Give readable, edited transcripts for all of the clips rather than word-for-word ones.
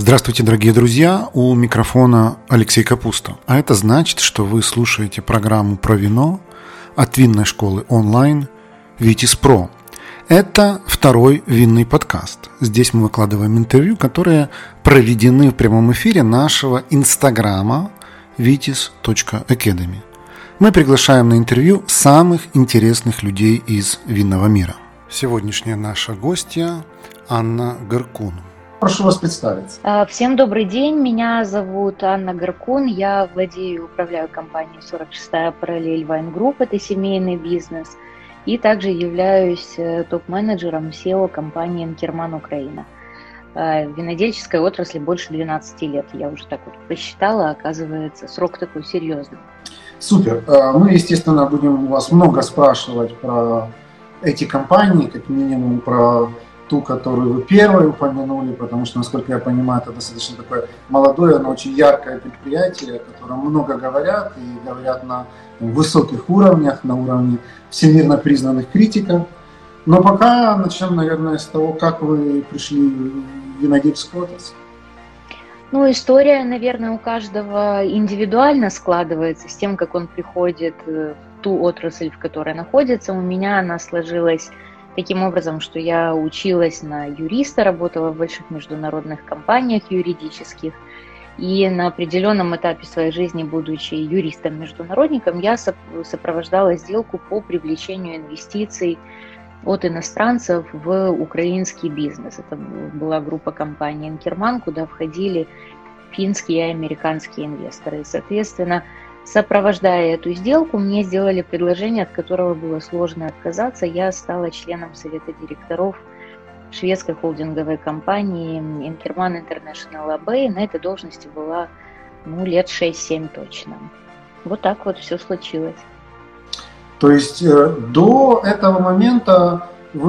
Здравствуйте, дорогие друзья! У микрофона Алексей Капуста. А это значит, что вы слушаете программу про вино от винной школы онлайн Vitis Pro. Это второй винный подкаст. Здесь мы выкладываем интервью, которые проведены в прямом эфире нашего инстаграма vitis.academy. Мы приглашаем на интервью самых интересных людей из винного мира. Сегодняшняя наша гостья Анна Горкун. Прошу вас представиться. Всем добрый день, меня зовут Анна Горкун, я владею и управляю компанией 46-я параллель Wine Group, это семейный бизнес, и также являюсь топ-менеджером SEO компании Инкерман Украина. В винодельческой отрасли больше 12 лет, я уже так вот посчитала, оказывается, срок такой серьезный. Супер, мы, естественно, будем у вас много спрашивать про эти компании, как минимум про ту, которую вы первой упомянули, потому что, насколько я понимаю, это достаточно такое молодое, но очень яркое предприятие, о котором много говорят, и говорят на высоких уровнях, на уровне всемирно признанных критиков. Но пока начнем, наверное, с того, как вы пришли в винодельческую отрасль. История, наверное, у каждого индивидуально складывается с тем, как он приходит в ту отрасль, в которой находится. У меня она сложилась таким образом, что я училась на юриста, работала в больших международных компаниях юридических, и на определенном этапе своей жизни, будучи юристом-международником, я сопровождала сделку по привлечению инвестиций от иностранцев в украинский бизнес. Это была группа компаний Инкерман, куда входили финские и американские инвесторы. И, соответственно, сопровождая эту сделку, мне сделали предложение, от которого было сложно отказаться. Я стала членом совета директоров шведской холдинговой компании Инкерман International AB. На этой должности была лет 6-7 точно. Вот так вот все случилось. То есть до этого момента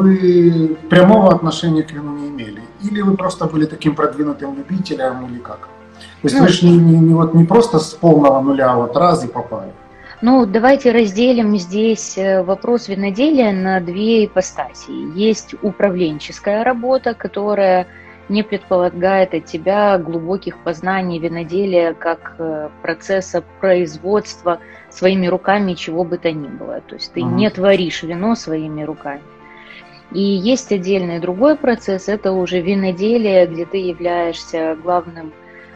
вы прямого отношения к вину не имели? Или вы просто были таким продвинутым любителем, или как? То есть вы же не просто с полного нуля раз и попали. Давайте разделим здесь вопрос виноделия на две ипостаси. Есть управленческая работа, которая не предполагает от тебя глубоких познаний виноделия как процесса производства своими руками чего бы то ни было. То есть ты не творишь вино своими руками. И есть отдельный другой процесс, это уже виноделие, где ты являешься главным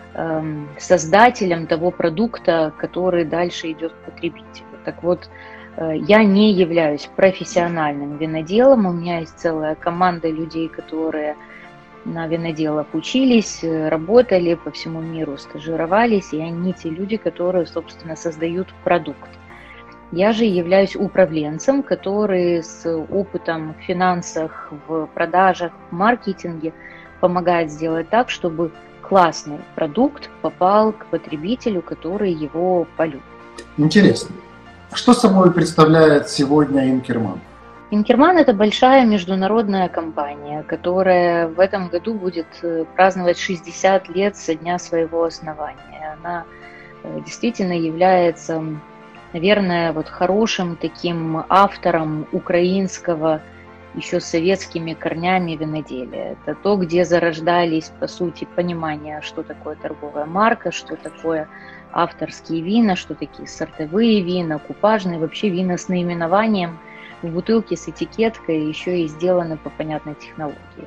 создателем того продукта, который дальше идет к потребителю. Так вот, я не являюсь профессиональным виноделом, у меня есть целая команда людей, которые на виноделах учились, работали по всему миру, стажировались, и они те люди, которые, собственно, создают продукт. Я же являюсь управленцем, который с опытом в финансах, в продажах, в маркетинге помогает сделать так, чтобы классный продукт попал к потребителю, который его полюбит. Интересно. Что собой представляет сегодня Инкерман? Инкерман – это большая международная компания, которая в этом году будет праздновать 60 лет со дня своего основания. Она действительно является, наверное, хорошим таким автором украинского, еще советскими корнями виноделия. Это то, где зарождались, по сути, понимание, что такое торговая марка, что такое авторские вина, что такие сортовые вина, купажные, вообще вина с наименованием, в бутылке с этикеткой, еще и сделаны по понятной технологии.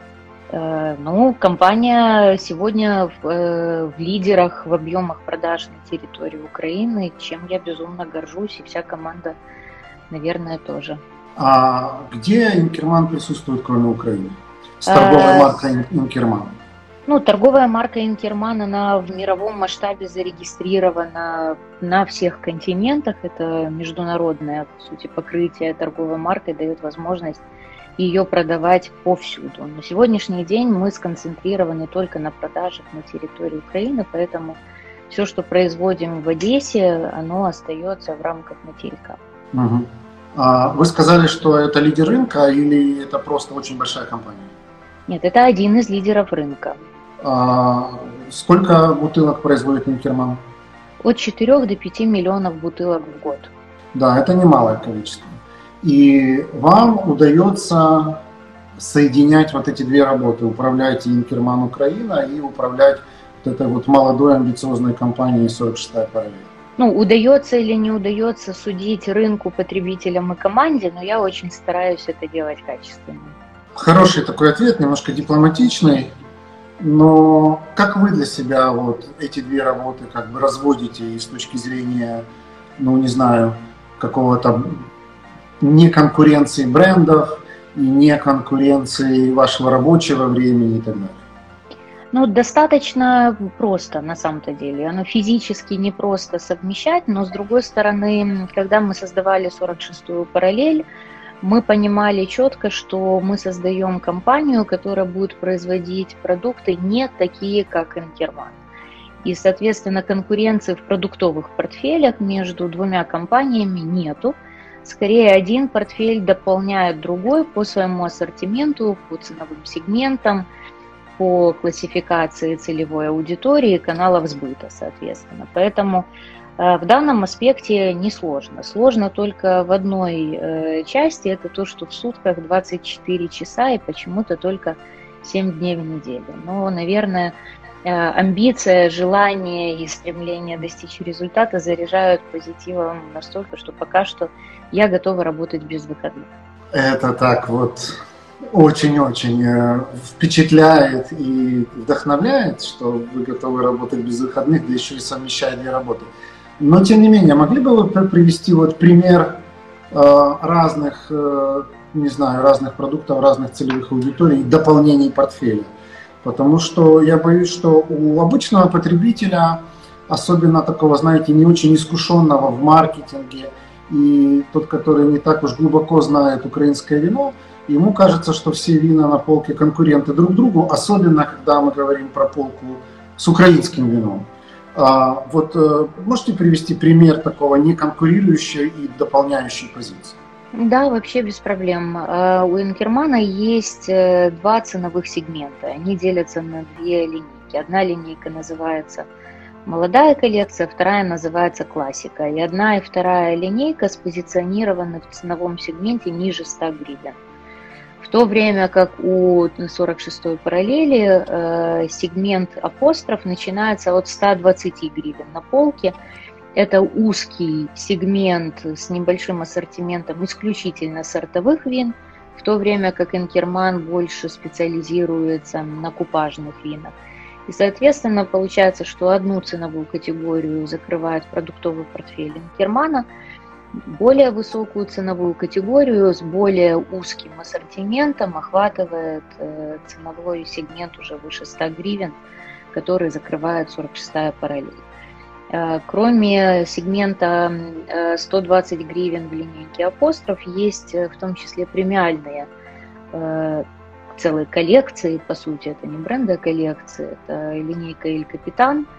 Компания сегодня в лидерах в объемах продаж на территории Украины, чем я безумно горжусь, и вся команда, наверное, тоже. А где Инкерман присутствует, кроме Украины? С торговой маркой Инкерман. Торговая марка Инкерман, она в мировом масштабе зарегистрирована на всех континентах. Это международное, по сути, покрытие торговой маркой дает возможность ее продавать повсюду. На сегодняшний день мы сконцентрированы только на продажах на территории Украины, поэтому все, что производим в Одессе, оно остается в рамках материка. Угу. Вы сказали, что это лидер рынка или это просто очень большая компания? Нет, это один из лидеров рынка. Сколько бутылок производит Инкерман? От 4 до 5 миллионов бутылок в год. Да, это немалое количество. И вам удается соединять вот эти две работы, управлять Инкерман Украина и управлять вот этой вот молодой амбициозной компанией 46-я параллель? Ну, удается или не удается судить рынку, потребителям и команде, но я очень стараюсь это делать качественно. Хороший такой ответ, немножко дипломатичный, но как вы для себя вот эти две работы как бы разводите и с точки зрения, ну не знаю, какого-то не конкуренции брендов и не конкуренции вашего рабочего времени и так далее? Ну, достаточно просто на самом-то деле. Оно физически непросто совмещать, но с другой стороны, когда мы создавали 46-ю параллель, мы понимали четко, что мы создаем компанию, которая будет производить продукты не такие, как Инкерман. И, соответственно, конкуренции в продуктовых портфелях между двумя компаниями нету. Скорее, один портфель дополняет другой по своему ассортименту, по ценовым сегментам, по классификации целевой аудитории, каналов сбыта, соответственно. Поэтому в данном аспекте несложно. Сложно только в одной части, это то, что в сутках 24 часа и почему-то только 7 дней в неделю. Но, наверное, амбиция, желание и стремление достичь результата заряжают позитивом настолько, что пока что я готова работать без выходных. Это так вот очень-очень впечатляет и вдохновляет, что вы готовы работать без выходных, да еще и совмещать две работы. Но, тем не менее, могли бы вы привести вот пример разных, не знаю, разных продуктов, разных целевых аудиторий, дополнений портфеля? Потому что я боюсь, что у обычного потребителя, особенно такого, знаете, не очень искушенного в маркетинге, и тот, который не так уж глубоко знает украинское вино, ему кажется, что все вина на полке конкуренты друг другу, особенно когда мы говорим про полку с украинским вином. Вот можете привести пример такого неконкурирующей и дополняющей позиции? Да, вообще без проблем. У Инкермана есть два ценовых сегмента. Они делятся на две линейки. Одна линейка называется молодая коллекция, вторая называется классика. И одна и вторая линейка спозиционированы в ценовом сегменте ниже 100 гривен. В то время как у 46-й параллели сегмент апостроф начинается от 120 гривен на полке. Это узкий сегмент с небольшим ассортиментом исключительно сортовых вин, в то время как Инкерман больше специализируется на купажных винах. И, соответственно, получается, что одну ценовую категорию закрывает продуктовый портфель Инкермана, более высокую ценовую категорию с более узким ассортиментом охватывает ценовой сегмент уже выше 100 гривен, который закрывает 46-я параллель. Кроме сегмента 120 гривен в линейке апостроф, есть в том числе премиальные целые коллекции, по сути, это не брендовая коллекция, это линейка Эль Капитан,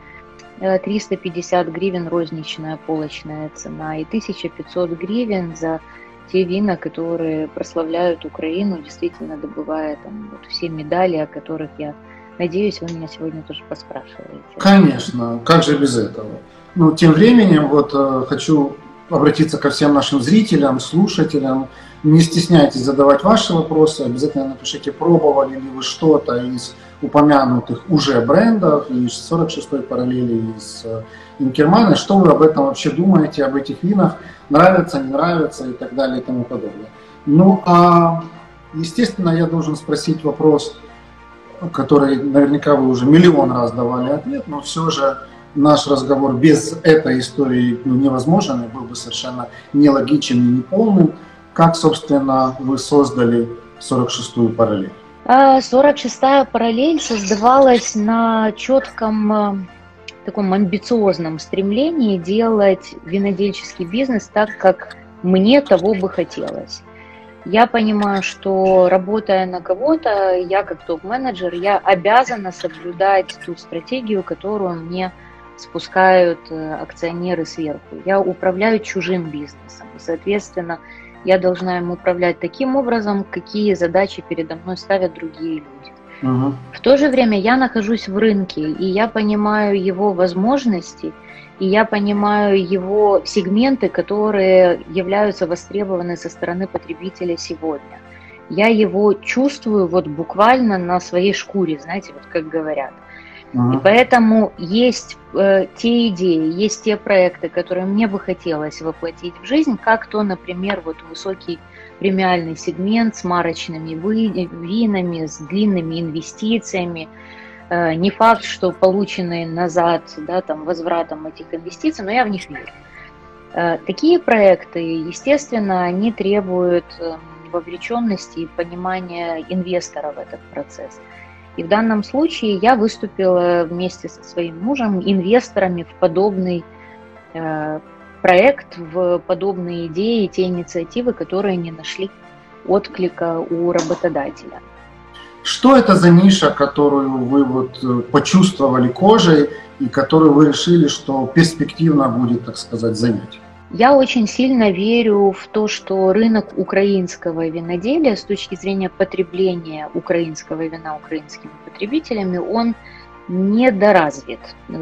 350 гривен розничная полочная цена и 1500 гривен за те вина, которые прославляют Украину, действительно добывая там вот все медали, о которых я надеюсь, вы меня сегодня тоже поспрашиваете. Конечно, как же без этого? Ну, тем временем вот хочу обратиться ко всем нашим зрителям, слушателям. Не стесняйтесь задавать ваши вопросы, обязательно напишите, пробовали ли вы что-то из упомянутых уже брендов, из 46-й параллели, из Инкермана, что вы об этом вообще думаете, об этих винах, нравится, не нравится и так далее и тому подобное. Ну, а естественно, я должен спросить вопрос, который наверняка вы уже миллион раз давали ответ, но все же наш разговор без этой истории невозможен и был бы совершенно нелогичен и неполным. Как, собственно, вы создали 46-ю параллель? 46-я параллель создавалась на четком таком амбициозном стремлении делать винодельческий бизнес так, как мне того бы хотелось. Я понимаю, что работая на кого-то, я как топ-менеджер, я обязана соблюдать ту стратегию, которую мне спускают акционеры сверху. Я управляю чужим бизнесом, и, соответственно, я должна им управлять таким образом, какие задачи передо мной ставят другие люди. Угу. В то же время я нахожусь в рынке, и я понимаю его возможности, и я понимаю его сегменты, которые являются востребованы со стороны потребителя сегодня. я его чувствую вот буквально на своей шкуре, знаете, вот как говорят. И поэтому есть те идеи, есть те проекты, которые мне бы хотелось воплотить в жизнь, как то, например, вот высокий премиальный сегмент с марочными винами, с длинными инвестициями. Не факт, что полученные назад, да, там, возвратом этих инвестиций, но я в них верю. Такие проекты, естественно, они требуют вовлеченности и понимания инвестора в этот процесс. И в данном случае я выступила вместе со своим мужем инвесторами в подобный проект, в подобные идеи, те инициативы, которые не нашли отклика у работодателя. Что это за ниша, которую вы вот почувствовали кожей и которую вы решили, что перспективно будет, так сказать, занять? Я очень сильно верю в то, что рынок украинского виноделия с точки зрения потребления украинского вина украинскими потребителями, он недоразвит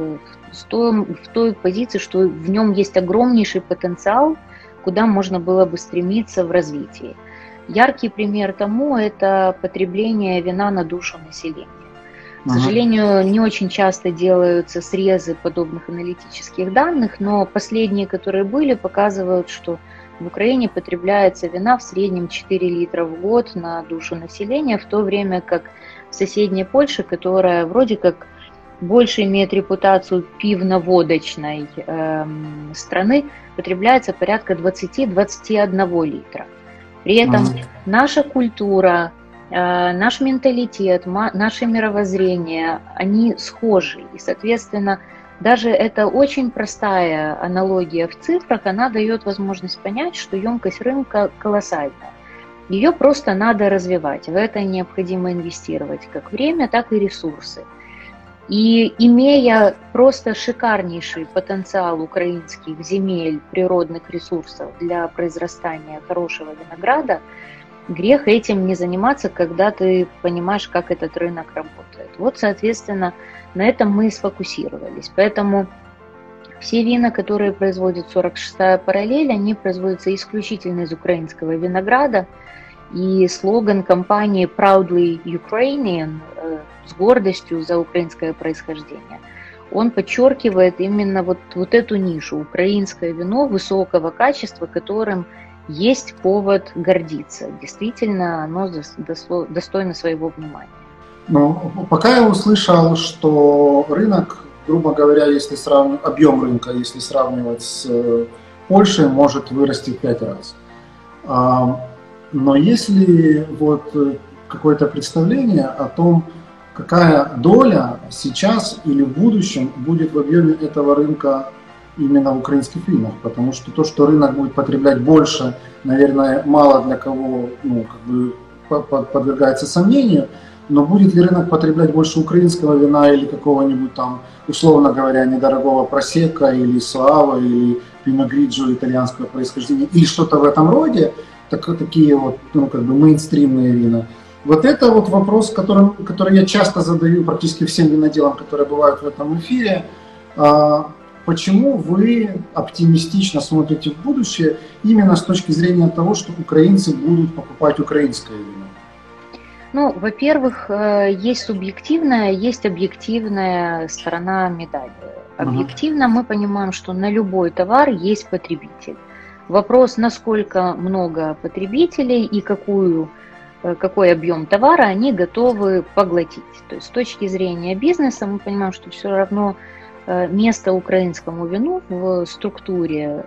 в той позиции, что в нем есть огромнейший потенциал, куда можно было бы стремиться в развитии. Яркий пример тому – это потребление вина на душу населения. К сожалению, не очень часто делаются срезы подобных аналитических данных, но последние, которые были, показывают, что в Украине потребляется вина в среднем 4 литра в год на душу населения, в то время как в соседней Польше, которая вроде как больше имеет репутацию пивно-водочной страны, потребляется порядка 20-21 литра. При этом наша культура, наш менталитет, наше мировоззрение, они схожи. И, соответственно, даже эта очень простая аналогия в цифрах, она дает возможность понять, что емкость рынка колоссальная. Ее просто надо развивать. В это необходимо инвестировать как время, так и ресурсы. И имея просто шикарнейший потенциал украинских земель, природных ресурсов для произрастания хорошего винограда, грех этим не заниматься, когда ты понимаешь, как этот рынок работает. Вот, соответственно, на этом мы и сфокусировались. Поэтому все вина, которые производит 46-я параллель, они производятся исключительно из украинского винограда. И слоган компании Proudly Ukrainian, с гордостью за украинское происхождение, он подчеркивает именно вот эту нишу, украинское вино высокого качества, которым есть повод гордиться. Действительно, оно достойно своего внимания. Ну, пока я услышал, что рынок, грубо говоря, если сравнивать, объем рынка, если сравнивать с Польшей, может вырасти в 5 раз. Но если вот какое-то представление о том, какая доля сейчас или в будущем будет в объеме этого рынка именно в украинских винах, потому что то, что рынок будет потреблять больше, наверное, мало для кого подвергается сомнению, но будет ли рынок потреблять больше украинского вина или какого-нибудь там, условно говоря, недорогого просекко или суава или пино гриджо итальянского происхождения или что-то в этом роде, такие вот мейнстримные вина. Вот это вот вопрос, который я часто задаю практически всем виноделам, которые бывают в этом эфире. Почему вы оптимистично смотрите в будущее именно с точки зрения того, что украинцы будут покупать украинское вино? Ну, во-первых, есть субъективная, есть объективная сторона медали. Объективно мы понимаем, что на любой товар есть потребитель. Вопрос, насколько много потребителей и какой объем товара они готовы поглотить. То есть с точки зрения бизнеса мы понимаем, что все равно место украинскому вину в структуре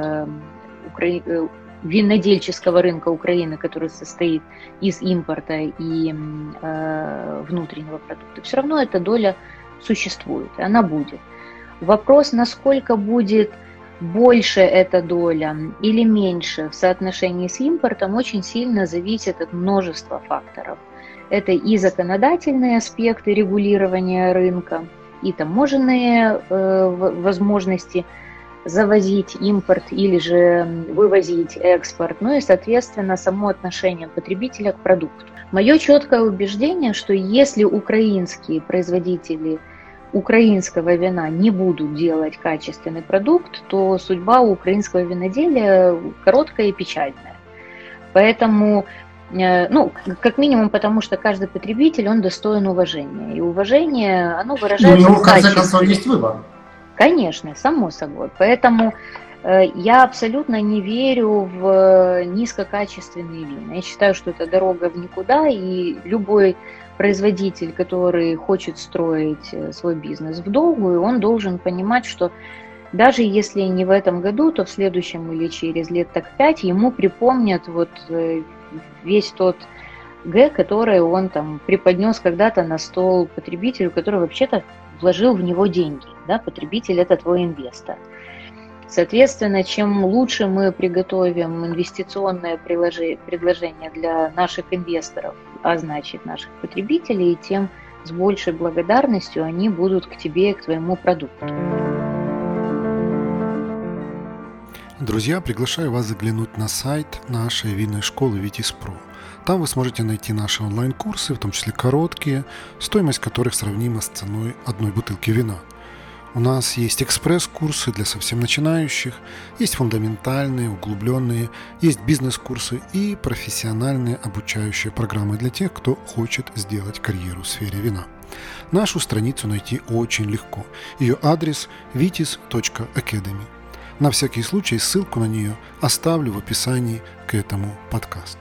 винодельческого рынка Украины, который состоит из импорта и внутреннего продукта, все равно эта доля существует, и она будет. Вопрос, насколько будет больше эта доля или меньше в соотношении с импортом, очень сильно зависит от множества факторов. Это и законодательные аспекты регулирования рынка, и таможенные возможности завозить импорт или же вывозить экспорт, ну и, соответственно, само отношение потребителя к продукту. Мое четкое убеждение, что если украинские производители украинского вина не будут делать качественный продукт, то судьба у украинского виноделия короткая и печальная. Поэтому Ну, как минимум, потому что каждый потребитель, он достоин уважения. И уважение, оно У выражается него, в в конце качестве. концов, есть выбор. Конечно, само собой. Поэтому я абсолютно не верю в низкокачественные вина. Я считаю, что это дорога в никуда, и любой производитель, который хочет строить свой бизнес в долгую, он должен понимать, что даже если не в этом году, то в следующем или через лет так 5 ему припомнят вот весь тот который он там преподнес когда-то на стол потребителю, который вообще-то вложил в него деньги. Да? Потребитель – это твой инвестор. Соответственно, чем лучше мы приготовим инвестиционное предложение для наших инвесторов, а значит наших потребителей, тем с большей благодарностью они будут к тебе и к твоему продукту. Друзья, приглашаю вас заглянуть на сайт нашей винной школы Vitis.pro. Там вы сможете найти наши онлайн-курсы, в том числе короткие, стоимость которых сравнима с ценой одной бутылки вина. У нас есть экспресс-курсы для совсем начинающих, есть фундаментальные, углубленные, есть бизнес-курсы и профессиональные обучающие программы для тех, кто хочет сделать карьеру в сфере вина. Нашу страницу найти очень легко. Ее адрес vitis.academy. На всякий случай ссылку на нее оставлю в описании к этому подкасту.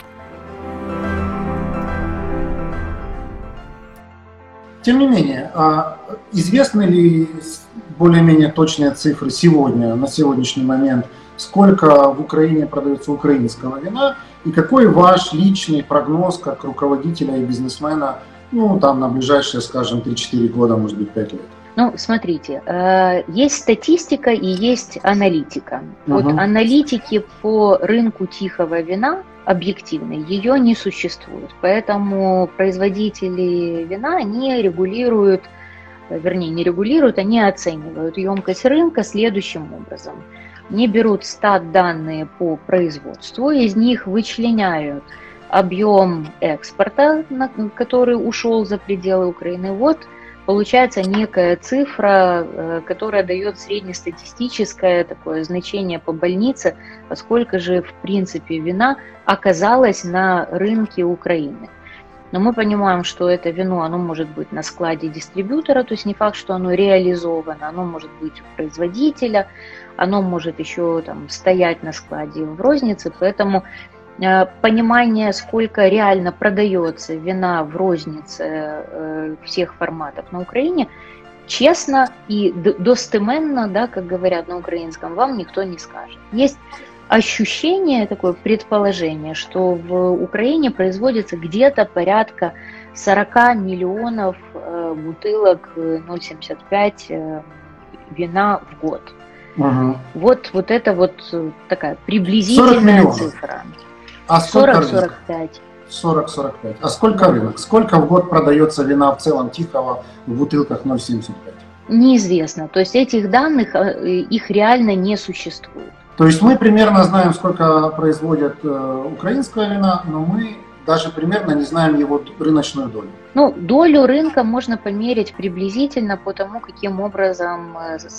Тем не менее, известны ли более-менее точные цифры сегодня, на сегодняшний момент, сколько в Украине продается украинского вина, и какой ваш личный прогноз как руководителя и бизнесмена, ну, там, на ближайшие, скажем, 3-4 года, может быть, 5 лет? Ну, смотрите, есть статистика и есть аналитика. Вот аналитики по рынку тихого вина объективной, ее не существует. Поэтому производители вина, они регулируют, вернее, не регулируют, они оценивают емкость рынка следующим образом. Они берут стат-данные по производству, из них вычленяют объем экспорта, который ушел за пределы Украины. Вот получается некая цифра, которая дает среднестатистическое такое значение по больнице, поскольку же в принципе вина оказалось на рынке Украины. Но мы понимаем, что это вино, оно может быть на складе дистрибьютора, то есть не факт, что оно реализовано, оно может быть у производителя, оно может еще там стоять на складе в рознице, поэтому понимание, сколько реально продается вина в рознице всех форматов на Украине, честно и достеменно, да, как говорят на украинском, вам никто не скажет. Есть ощущение, такое предположение, что в Украине производится где-то порядка 40 миллионов бутылок 0,75 вина в год. Угу. Вот это вот такая приблизительная цифра. А 40-45. 40-45. А сколько рынок? Сколько в год продается вина в целом тихого в бутылках 0,75? Неизвестно. То есть этих данных, их реально не существует. То есть мы примерно знаем, сколько производят украинского вина, но мы даже примерно не знаем его рыночную долю. Ну, долю рынка можно померить приблизительно по тому, каким образом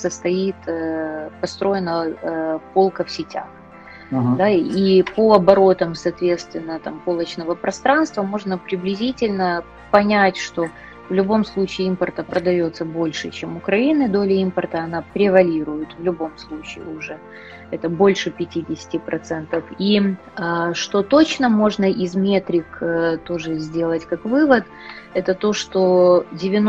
построена полка в сетях. Да, и по оборотам, соответственно, там, полочного пространства можно приблизительно понять, что в любом случае импорта продается больше, чем Украины. Доля импорта, она превалирует в любом случае уже. Это больше 50%. И что точно можно из метрик тоже сделать как вывод, это то, что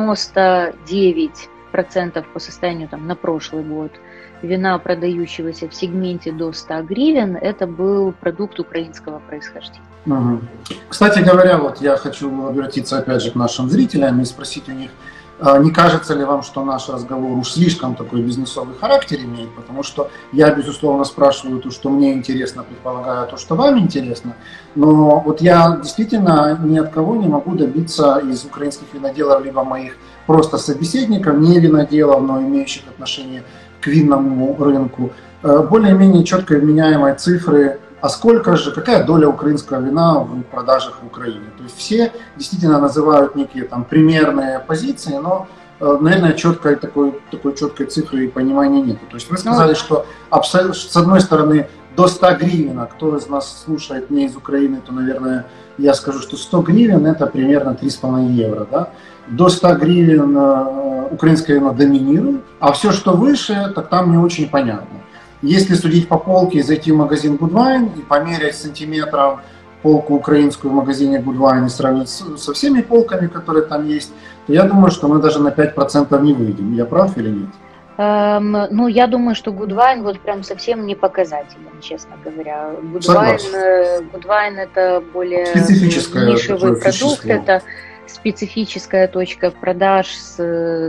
99% по состоянию там, на прошлый год вина, продающегося в сегменте до 100 гривен, это был продукт украинского происхождения. Угу. Кстати говоря, вот я хочу обратиться опять же к нашим зрителям и спросить у них, не кажется ли вам, что наш разговор уж слишком такой бизнесовый характер имеет, потому что я, безусловно, спрашиваю то, что мне интересно, предполагаю то, что вам интересно, но вот я действительно ни от кого не могу добиться из украинских виноделов, либо моих просто собеседников, не виноделов, но имеющих отношение к винному рынку, более-менее четко вменяемой цифры, а сколько же, какая доля украинского вина в продажах в Украине. То есть все действительно называют некие там примерные позиции, но, наверное, такой четкой цифры и понимания нет. То есть вы сказали, что с одной стороны до 100 гривен, а кто из нас слушает не из Украины, то, наверное, я скажу, что 100 гривен это примерно 3,5 евро. Да? До 100 гривен украинское вино доминирует, а все, что выше, так там не очень понятно. Если судить по полке, зайти в магазин Goodwine и померять сантиметром полку украинскую в магазине Goodwine и сравнить со всеми полками, которые там есть, то я думаю, что мы даже на 5% не выйдем. Я прав или нет? Ну, я думаю, что Goodwine вот прям совсем не показателен, честно говоря. Goodwine это более нишевый продукт, это специфическая точка продаж со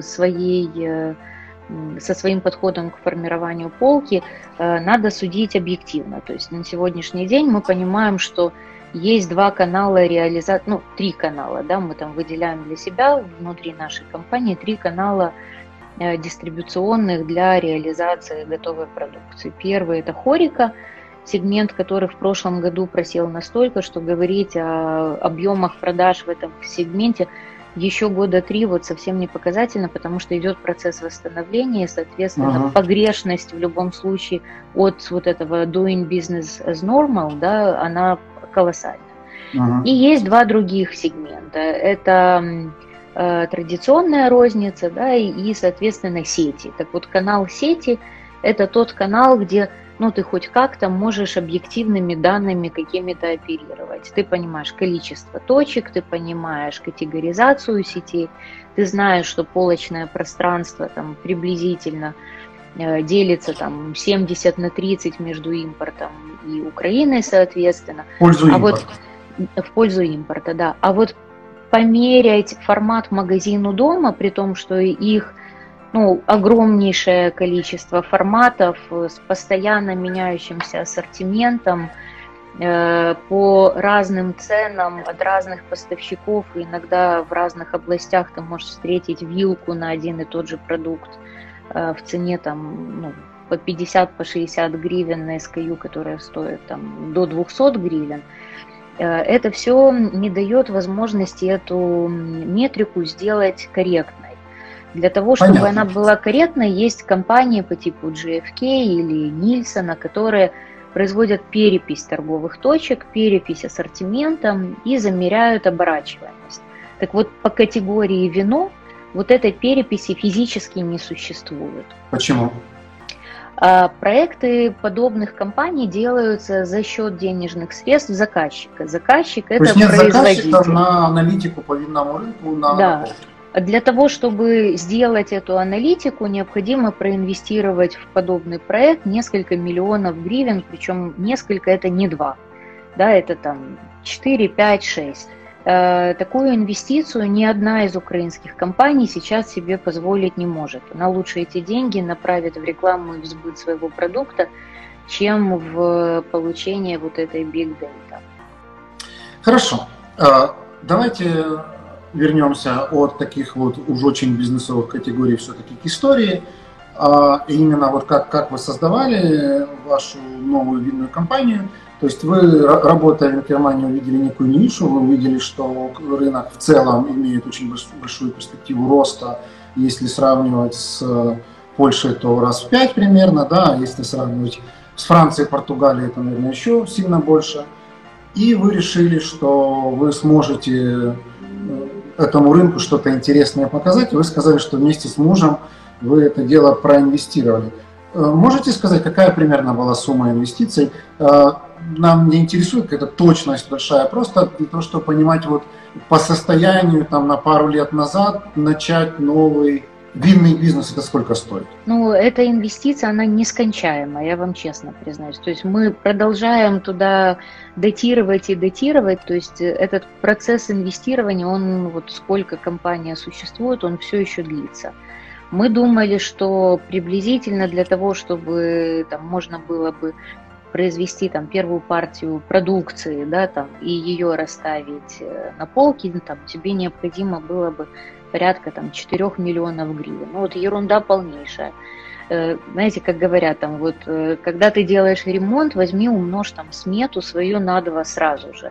своим подходом к формированию полки. Надо судить объективно. То есть на сегодняшний день мы понимаем, что есть два канала реализации, ну, 3 канала, да, мы там выделяем для себя внутри нашей компании 3 канала дистрибуционных для реализации готовой продукции. Первый – это Хорика, сегмент, который в прошлом году просел настолько, что говорить о объемах продаж в этом сегменте еще года 3 вот совсем не показательно, потому что идет процесс восстановления, и, соответственно, погрешность в любом случае от вот этого doing business as normal, да, она колоссальна. И есть 2 других сегмента. Это традиционная розница, да, и, соответственно, сети. Так вот, канал сети – это тот канал, где, ну, ты хоть как-то можешь объективными данными какими-то оперировать. Ты понимаешь количество точек, ты понимаешь категоризацию сетей, ты знаешь, что полочное пространство там приблизительно делится там 70/30 между импортом и Украиной, соответственно. В пользу импорта, да. А вот померять формат магазину дома, при том, что их, ну, огромнейшее количество форматов с постоянно меняющимся ассортиментом, по разным ценам от разных поставщиков, и иногда в разных областях ты можешь встретить вилку на один и тот же продукт в цене там, ну, по 50-60 гривен на SKU, которая стоит там до 200 гривен. Это все не дает возможности эту метрику сделать корректной. Для того, чтобы она была корректной, есть компании по типу GfK или Нильсона, которые производят перепись торговых точек, перепись ассортимента и замеряют оборачиваемость. Так вот, по категории вино вот этой переписи физически не существует. Почему? Проекты подобных компаний делаются за счет денежных средств заказчика. Заказчик – это нет производитель. Заказчика на аналитику по винному рынку, да. Для того, чтобы сделать эту аналитику, необходимо проинвестировать в подобный проект несколько миллионов гривен, причем несколько – это не 2, да, это там 4, 5, 6. Такую инвестицию ни одна из украинских компаний сейчас себе позволить не может. Она лучше эти деньги направит в рекламу и в сбыт своего продукта, чем в получение вот этой big data. Хорошо. Давайте вернемся от таких вот уж очень бизнесовых категорий все-таки к истории. Именно вот как вы создавали вашу новую винную компанию. То есть вы, работая в Германии, увидели некую нишу, вы увидели, что рынок в целом имеет очень большую перспективу роста. Если сравнивать с Польшей, то раз в 5 примерно, да, если сравнивать с Францией, Португалией, то, наверное, еще сильно больше. И вы решили, что вы сможете этому рынку что-то интересное показать, и вы сказали, что вместе с мужем вы это дело проинвестировали. Можете сказать, какая примерно была сумма инвестиций? Нам не интересует какая-то точность большая, просто для того, чтобы понимать вот по состоянию там на пару лет назад начать новый винный бизнес, это сколько стоит? Ну, эта инвестиция, она нескончаемая, я вам честно признаюсь. То есть мы продолжаем туда датировать и датировать, то есть этот процесс инвестирования, он вот сколько компания существует, он все еще длится. Мы думали, что приблизительно для того, чтобы там можно было бы произвести там первую партию продукции, да, там, и ее расставить на полке, там, тебе необходимо было бы порядка там 4 миллионов гривен. Ну вот ерунда полнейшая. Знаете, как говорят, там вот, когда ты делаешь ремонт, возьми, умножь там смету свою на 2 сразу же.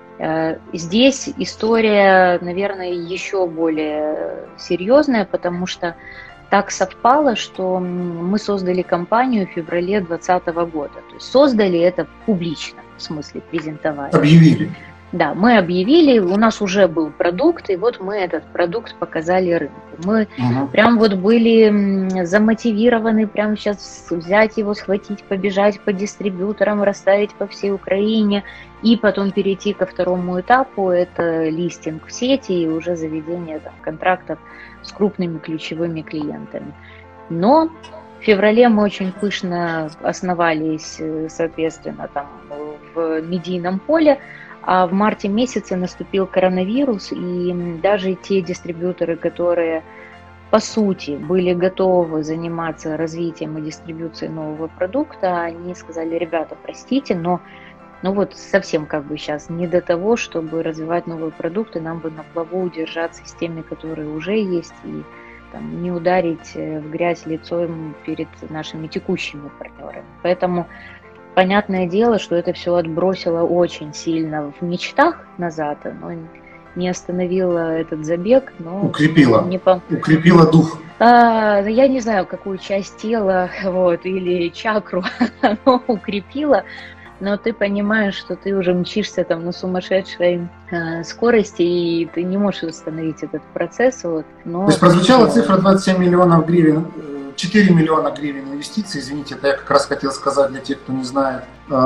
Здесь история, наверное, еще более серьезная, потому что так совпало, что мы создали компанию в феврале 2020 года. То есть создали это публично, в смысле презентовали. Объявили. Да, мы объявили, у нас уже был продукт, и вот мы этот продукт показали рынку. Мы прям вот были замотивированы прямо сейчас взять его, схватить, побежать по дистрибьюторам, расставить по всей Украине, и потом перейти ко второму этапу, это листинг в сети и уже заведение там контрактов с крупными ключевыми клиентами. Но в феврале мы очень пышно основались, соответственно, там в медийном поле, а в марте месяце наступил коронавирус, и даже те дистрибьюторы, которые по сути были готовы заниматься развитием и дистрибьюцией нового продукта, они сказали: ребята, простите, но вот совсем как бы сейчас не до того, чтобы развивать новые продукты, нам бы на плаву удержаться с теми, которые уже есть, и там, не ударить в грязь лицом перед нашими текущими партнерами. Поэтому понятное дело, что это все отбросило очень сильно в мечтах назад, но не остановило этот забег, но укрепило дух. Я не знаю, какую часть тела или чакру оно укрепило, но ты понимаешь, что ты уже мчишься там на сумасшедшей скорости, и ты не можешь остановить этот процесс. То есть прозвучала цифра 27 миллионов гривен, 4 миллиона гривен инвестиций, извините, это я как раз хотел сказать для тех, кто не знает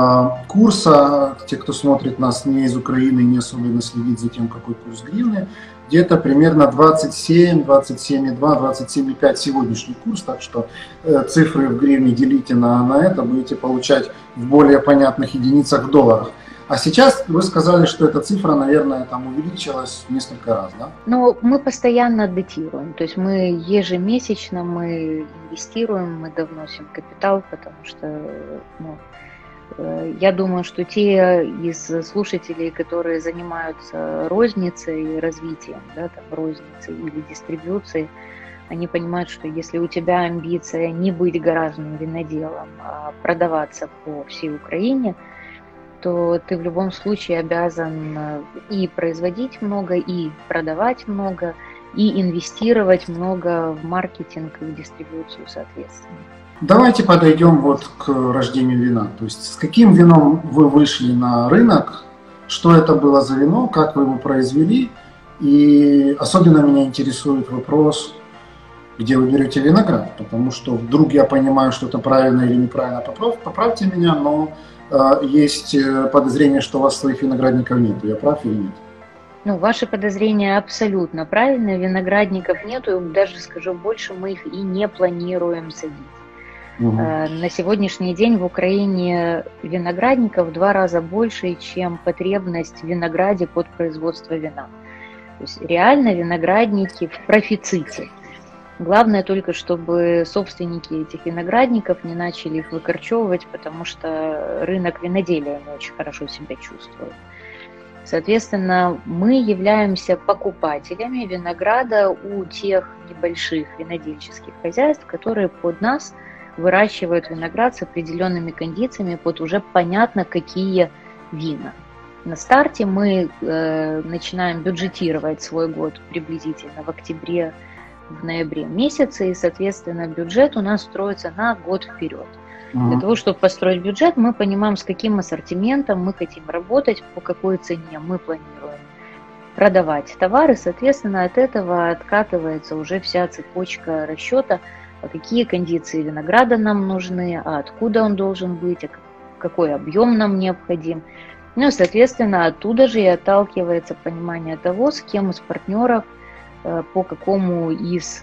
курса, те, кто смотрит нас не из Украины, не особенно следит за тем, какой курс гривны, где-то примерно 27, 27,2, 27,5 сегодняшний курс, так что цифры в гривне делите на это, будете получать в более понятных единицах в долларах. А сейчас вы сказали, что эта цифра, наверное, там увеличилась в несколько раз, да? Ну, мы постоянно датируем, то есть мы ежемесячно инвестируем, мы довносим капитал, потому что я думаю, что те из слушателей, которые занимаются розницей и развитием, да, там, розницей или дистрибьюцией, они понимают, что если у тебя амбиция не быть гаражным виноделом, а продаваться по всей Украине, то ты в любом случае обязан и производить много, и продавать много, и инвестировать много в маркетинг и в дистрибуцию, соответственно. Давайте подойдем вот к рождению вина. То есть с каким вином вы вышли на рынок, что это было за вино, как вы его произвели, и особенно меня интересует вопрос, где вы берете виноград, потому что вдруг я понимаю, что это правильно или неправильно, поправьте меня, но есть подозрение, что у вас своих виноградников нет. Я прав или нет? Ваши подозрения абсолютно правильные. Виноградников нету, даже скажу больше, мы их и не планируем садить. Угу. На сегодняшний день в Украине виноградников в 2 раза больше, чем потребность в винограде под производство вина. То есть реально виноградники в профиците. Главное только, чтобы собственники этих виноградников не начали их выкорчевывать, потому что рынок виноделия не очень хорошо себя чувствует. Соответственно, мы являемся покупателями винограда у тех небольших винодельческих хозяйств, которые под нас выращивают виноград с определенными кондициями под уже понятно какие вина. На старте мы начинаем бюджетировать свой год приблизительно в октябре, в ноябре месяце, и, соответственно, бюджет у нас строится на год вперед. Для того, чтобы построить бюджет, мы понимаем, с каким ассортиментом мы хотим работать, по какой цене мы планируем продавать товары, соответственно, от этого откатывается уже вся цепочка расчета, а какие кондиции винограда нам нужны, а откуда он должен быть, а какой объем нам необходим. Ну, соответственно, оттуда же и отталкивается понимание того, с кем из партнеров, по какому из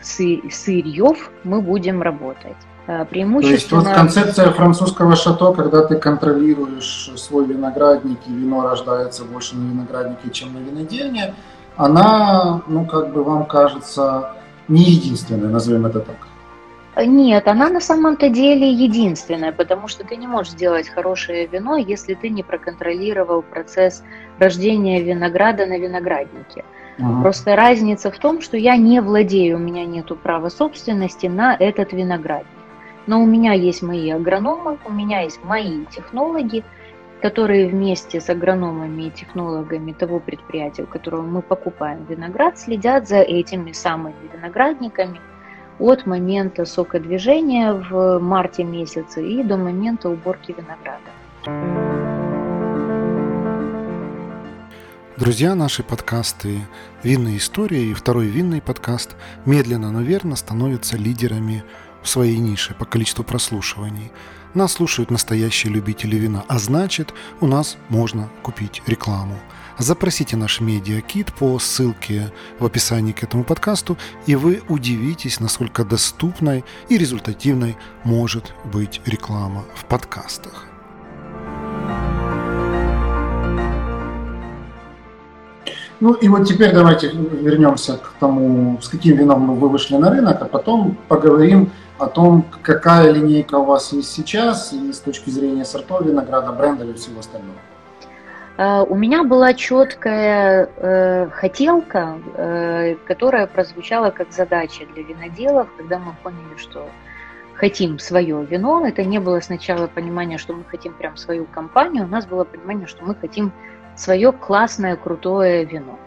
сырьев мы будем работать. Преимущественно... То есть вот концепция французского шато, когда ты контролируешь свой виноградник, и вино рождается больше на винограднике, чем на винодельне, она, вам кажется, не единственная, назовем это так. Нет, она на самом-то деле единственная, потому что ты не можешь сделать хорошее вино, если ты не проконтролировал процесс рождения винограда на винограднике. Просто разница в том, что я не владею, у меня нету права собственности на этот виноградник. Но у меня есть мои агрономы, у меня есть мои технологи, которые вместе с агрономами и технологами того предприятия, у которого мы покупаем виноград, следят за этими самыми виноградниками, от момента сокодвижения в марте месяце и до момента уборки винограда. Друзья, наши подкасты «Винные истории» и второй винный подкаст медленно, но верно становятся лидерами в своей нише по количеству прослушиваний. Нас слушают настоящие любители вина, а значит, у нас можно купить рекламу. Запросите наш медиакит по ссылке в описании к этому подкасту, и вы удивитесь, насколько доступной и результативной может быть реклама в подкастах. Ну и вот теперь давайте вернемся к тому, с каким вином вы вышли на рынок, а потом поговорим о том, какая линейка у вас есть сейчас и с точки зрения сортов винограда, брендов и всего остального. У меня была четкая хотелка, которая прозвучала как задача для виноделов, когда мы поняли, что хотим свое вино. Это не было сначала понимание, что мы хотим прям свою компанию, у нас было понимание, что мы хотим свое классное, крутое вино.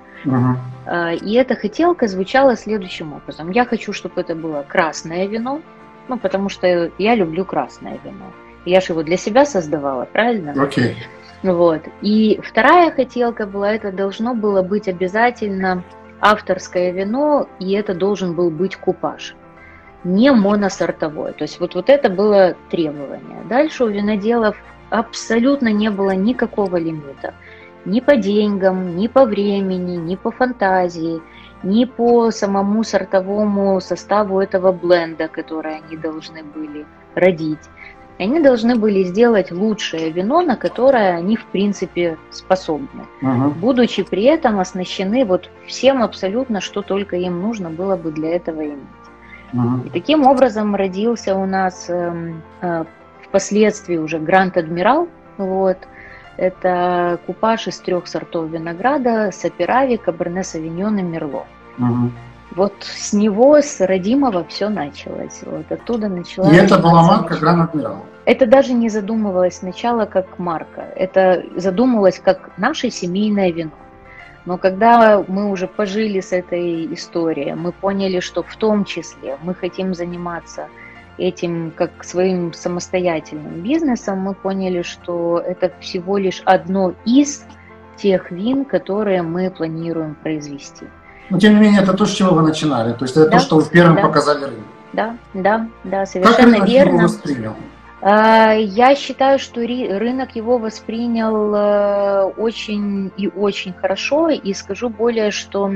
И эта хотелка звучала следующим образом. Я хочу, чтобы это было красное вино, потому что я люблю красное вино. Я же его для себя создавала, правильно? Окей. Вот. И вторая хотелка была, это должно было быть обязательно авторское вино, и это должен был быть купаж, не моносортовое. То есть вот это было требование. Дальше у виноделов абсолютно не было никакого лимита. Ни по деньгам, ни по времени, ни по фантазии, ни по самому сортовому составу этого бленда, который они должны были родить. Они должны были сделать лучшее вино, на которое они в принципе способны, будучи при этом оснащены вот всем абсолютно, что только им нужно было бы для этого иметь. И таким образом родился у нас впоследствии уже Гранд Адмирал. Вот. Это купаж из 3 сортов винограда: Саперави, Каберне Савиньон и Мерло. Вот с него, с родимого, все началось. Вот оттуда началась. И это была марка Гранд Адмирал? Это даже не задумывалось сначала как марка. Это задумывалось как наше семейное вино. Но когда мы уже пожили с этой историей, мы поняли, что в том числе мы хотим заниматься этим как своим самостоятельным бизнесом, мы поняли, что это всего лишь одно из тех вин, которые мы планируем произвести. Но тем не менее, это то, с чего вы начинали, то есть это то, что вы первым показали рынку. Да, совершенно как рынок верно. его воспринял? Я считаю, что рынок его воспринял очень и очень хорошо, и скажу более, что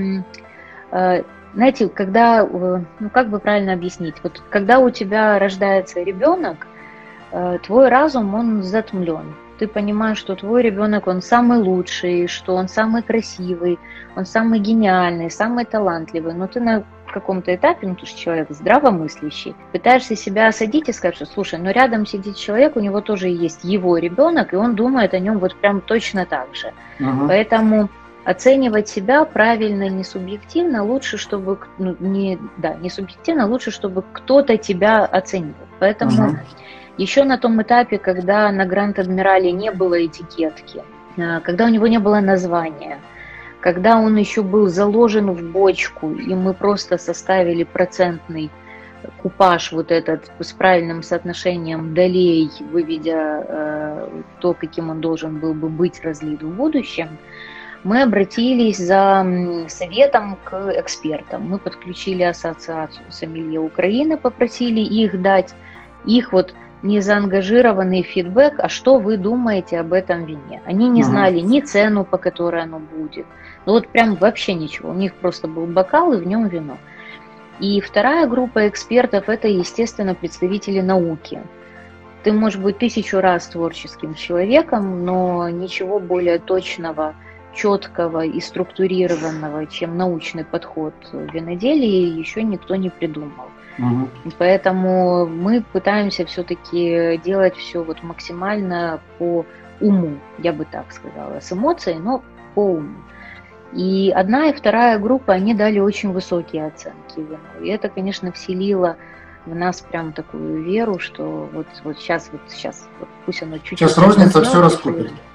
знаете, когда, как бы правильно объяснить, вот когда у тебя рождается ребенок, твой разум, он затмлен. Ты понимаешь, что твой ребенок, он самый лучший, что он самый красивый, он самый гениальный, самый талантливый, но ты на каком-то этапе, ты же человек здравомыслящий, пытаешься себя осадить и сказать, что, слушай, рядом сидит человек, у него тоже есть его ребенок, и он думает о нем вот прям точно так же. Поэтому оценивать себя правильно, не субъективно, лучше, чтобы не субъективно, лучше, чтобы кто-то тебя оценил. Поэтому еще на том этапе, когда на Гранд Адмирале не было этикетки, когда у него не было названия, когда он еще был заложен в бочку, и мы просто составили процентный купаж вот этот с правильным соотношением долей, выведя то, каким он должен был бы быть разлит в будущем, мы обратились за советом к экспертам. Мы подключили ассоциацию сомелье Украины, попросили их дать их незаангажированный фидбэк, а что вы думаете об этом вине. Они не знали ни цену, по которой оно будет. Прям вообще ничего. У них просто был бокал и в нем вино. И вторая группа экспертов – это, естественно, представители науки. Ты можешь быть 1000 раз творческим человеком, но ничего более точного, четкого и структурированного, чем научный подход в виноделии, еще никто не придумал. Поэтому мы пытаемся все-таки делать все максимально по уму, я бы так сказала, с эмоцией, но по уму. И одна и вторая группа, они дали очень высокие оценки вину. И это, конечно, вселило в нас прям такую веру, что вот сейчас, пусть оно чуть-чуть... Сейчас розница все раскупит.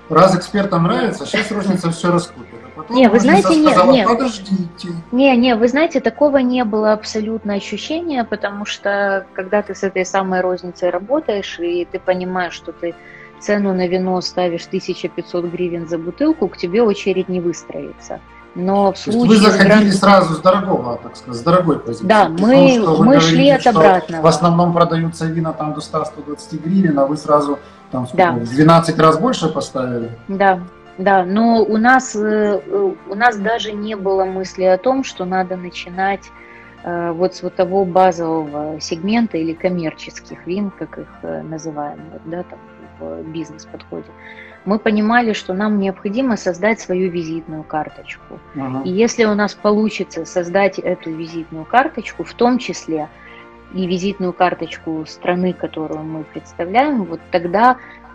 раз экспертам нравится, сейчас розница все раскупит. А потом Не, вы знаете, сказала, не, подождите. не, вы знаете, такого не было абсолютно ощущения, потому что когда ты с этой самой розницей работаешь, и ты понимаешь, что ты цену на вино ставишь 1500 гривен за бутылку, к тебе очередь не выстроится. Но в случае вы заходили сразу с дорогого, так сказать, с дорогой позиции. Да, мы шли от обратного. В основном продаются вина там до 100-120 гривен, а вы сразу там сколько, в 12 раз больше поставили? Да, да, но у нас даже не было мысли о том, что надо начинать вот с вот того базового сегмента или коммерческих вин, как их называем, да, там в бизнес-подходе. Мы понимали, что нам необходимо создать свою визитную карточку. И если у нас получится создать эту визитную карточку, в том числе и визитную карточку страны, которую мы представляем, вот тогда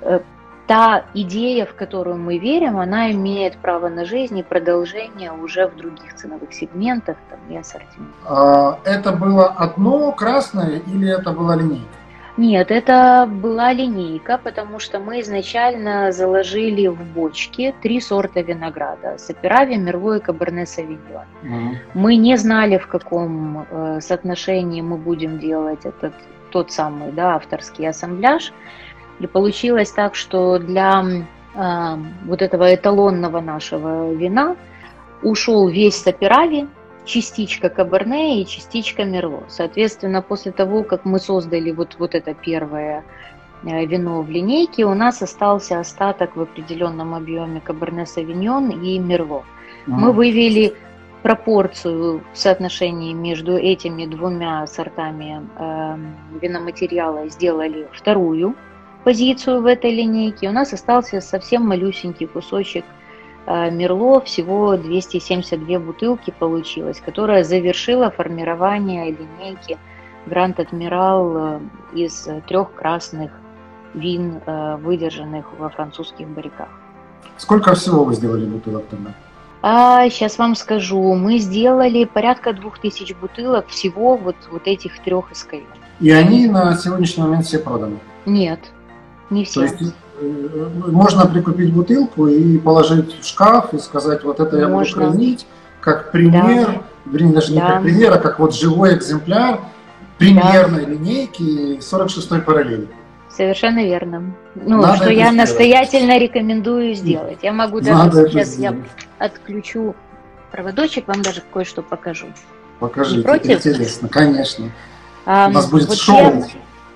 та идея, в которую мы верим, она имеет право на жизнь и продолжение уже в других ценовых сегментах там, и ассортименте. Это было одно красное или это была линейка? Нет, это была линейка, потому что мы изначально заложили в бочки 3 сорта винограда: Саперави, Мерло и Каберне Савиньон. Мы не знали, в каком соотношении мы будем делать тот самый, да, авторский ассамбляж. И получилось так, что для вот этого эталонного нашего вина ушел весь Саперави, частичка Каберне и частичка Мерло. Соответственно, после того, как мы создали вот это первое вино в линейке, у нас остался остаток в определенном объеме Каберне Савиньон и Мерло. Мы вывели пропорцию в соотношении между этими двумя сортами виноматериала, сделали вторую позицию в этой линейке. У нас остался совсем малюсенький кусочек Мерло, всего 272 бутылки получилось, которая завершила формирование линейки Гранд Адмирал из 3 красных вин, выдержанных во французских барриках. Сколько всего вы сделали бутылок тогда? Сейчас вам скажу. Мы сделали порядка 2000 бутылок всего вот этих 3 SKU. И они на сегодняшний момент все проданы? Нет, не все. То есть можно прикупить бутылку и положить в шкаф и сказать, вот это я буду хранить как пример, вернее, даже не как пример, а как вот живой экземпляр премьерной линейки 46-й параллели. Совершенно верно. Что я настоятельно рекомендую сделать. Я могу даже сейчас, я отключу проводочек, вам даже кое-что покажу. Покажите, интересно, конечно. У нас будет шоу.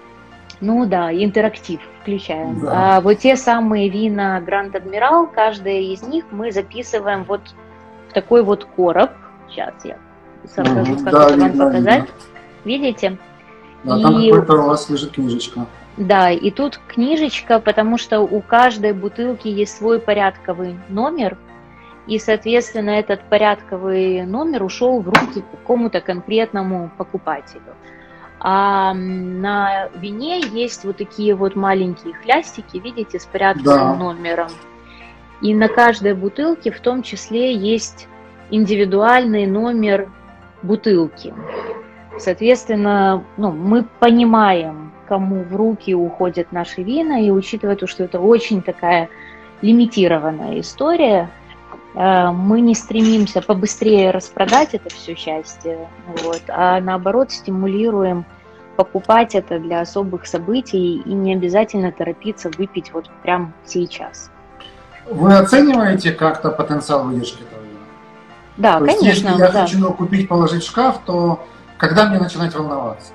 Интерактив включаем. Да. Вот те самые вина Гранд Адмирал, каждая из них мы записываем вот в такой вот короб. Сейчас я покажу, как это вам показать. Видите? Да, там какой-то у вас лежит книжечка. Да, и тут книжечка, потому что у каждой бутылки есть свой порядковый номер, и, соответственно, этот порядковый номер ушел в руки какому-то конкретному покупателю. А на вине есть вот такие вот маленькие хлястики, видите, с порядковым номером. И на каждой бутылке в том числе есть индивидуальный номер бутылки. Соответственно, мы понимаем, кому в руки уходят наши вина, и учитывая то, что это очень такая лимитированная история, мы не стремимся побыстрее распродать это все счастье, а наоборот стимулируем покупать это для особых событий и не обязательно торопиться выпить вот прямо сейчас. Вы оцениваете как-то потенциал выдержки этого вина? Да, то есть, конечно. Если я хочу его купить, положить в шкаф, то когда мне начинать волноваться?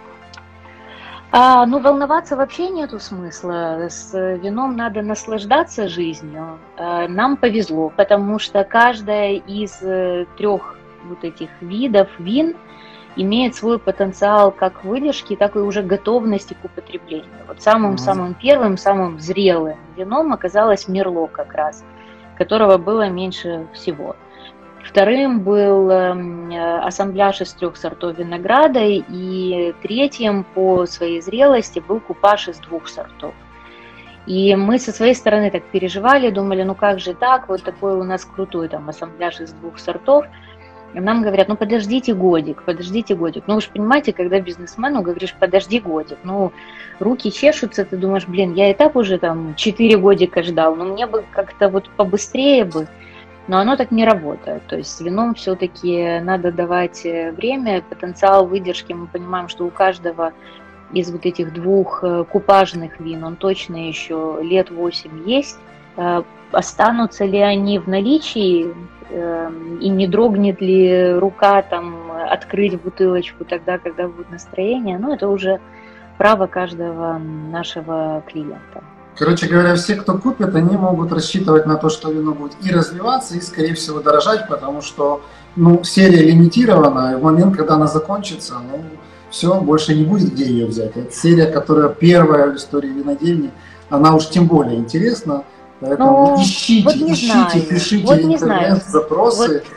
Волноваться вообще нету смысла. С вином надо наслаждаться жизнью. Нам повезло, потому что каждая из 3 вот этих видов вин имеет свой потенциал как выдержки, так и уже готовности к употреблению. Вот самым первым, самым зрелым вином оказалось Мерло как раз, которого было меньше всего. Вторым был ассамбляж из 3 сортов винограда, и третьим по своей зрелости был купаж из 2 сортов. И мы со своей стороны так переживали, думали, как же так, вот такой у нас крутой там ассамбляж из 2 сортов. нам говорят, ну подождите годик. Ну вы же понимаете, когда бизнесмену говоришь, подожди годик, ну руки чешутся, ты думаешь, блин, я и так уже там 4 годика ждал, но мне бы как-то вот побыстрее бы. Но оно так не работает. То есть с вином все-таки надо давать время, потенциал выдержки. Мы понимаем, что у каждого из вот этих 2 купажных вин, он точно еще лет 8 есть. Останутся ли они в наличии и не дрогнет ли рука там открыть бутылочку тогда, когда будет настроение, ну это уже право каждого нашего клиента. Короче говоря, все, кто купит, они могут рассчитывать на то, что вино будет и развиваться, и, скорее всего, дорожать, потому что серия лимитирована, и в момент, когда она закончится, все, больше не будет где ее взять. Это серия, которая первая в истории винодельни, она уж тем более интересна, поэтому ищите, пишите в интернет запросы. Вот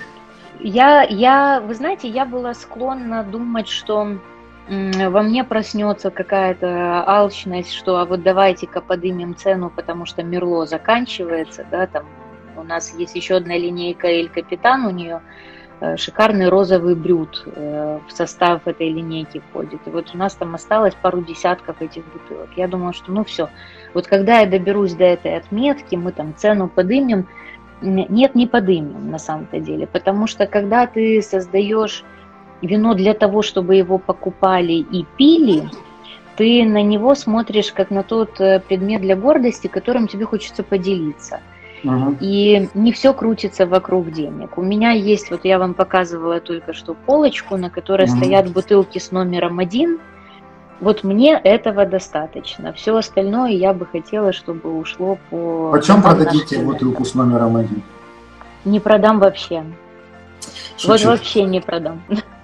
вы знаете, я была склонна думать, что во мне проснется какая-то алчность, что а вот давайте-ка подымем цену, потому что Мерло заканчивается, да, там у нас есть еще одна линейка Эль Капитан, у нее шикарный розовый брют в состав этой линейки входит. И вот у нас там осталось пару десятков этих бутылок. Я думала, что все, вот когда я доберусь до этой отметки, мы там цену подымем. Нет, не подымем на самом-то деле, потому что когда ты создаешь вино для того, чтобы его покупали и пили, ты на него смотришь как на тот предмет для гордости, которым тебе хочется поделиться. И не все крутится вокруг денег. У меня есть, вот я вам показывала только что полочку, на которой стоят бутылки с номером 1. Вот мне этого достаточно. Все остальное я бы хотела, чтобы ушло по... Почем продадите бутылку с номером 1? Не продам вообще. Шучу. Вот вообще не продам.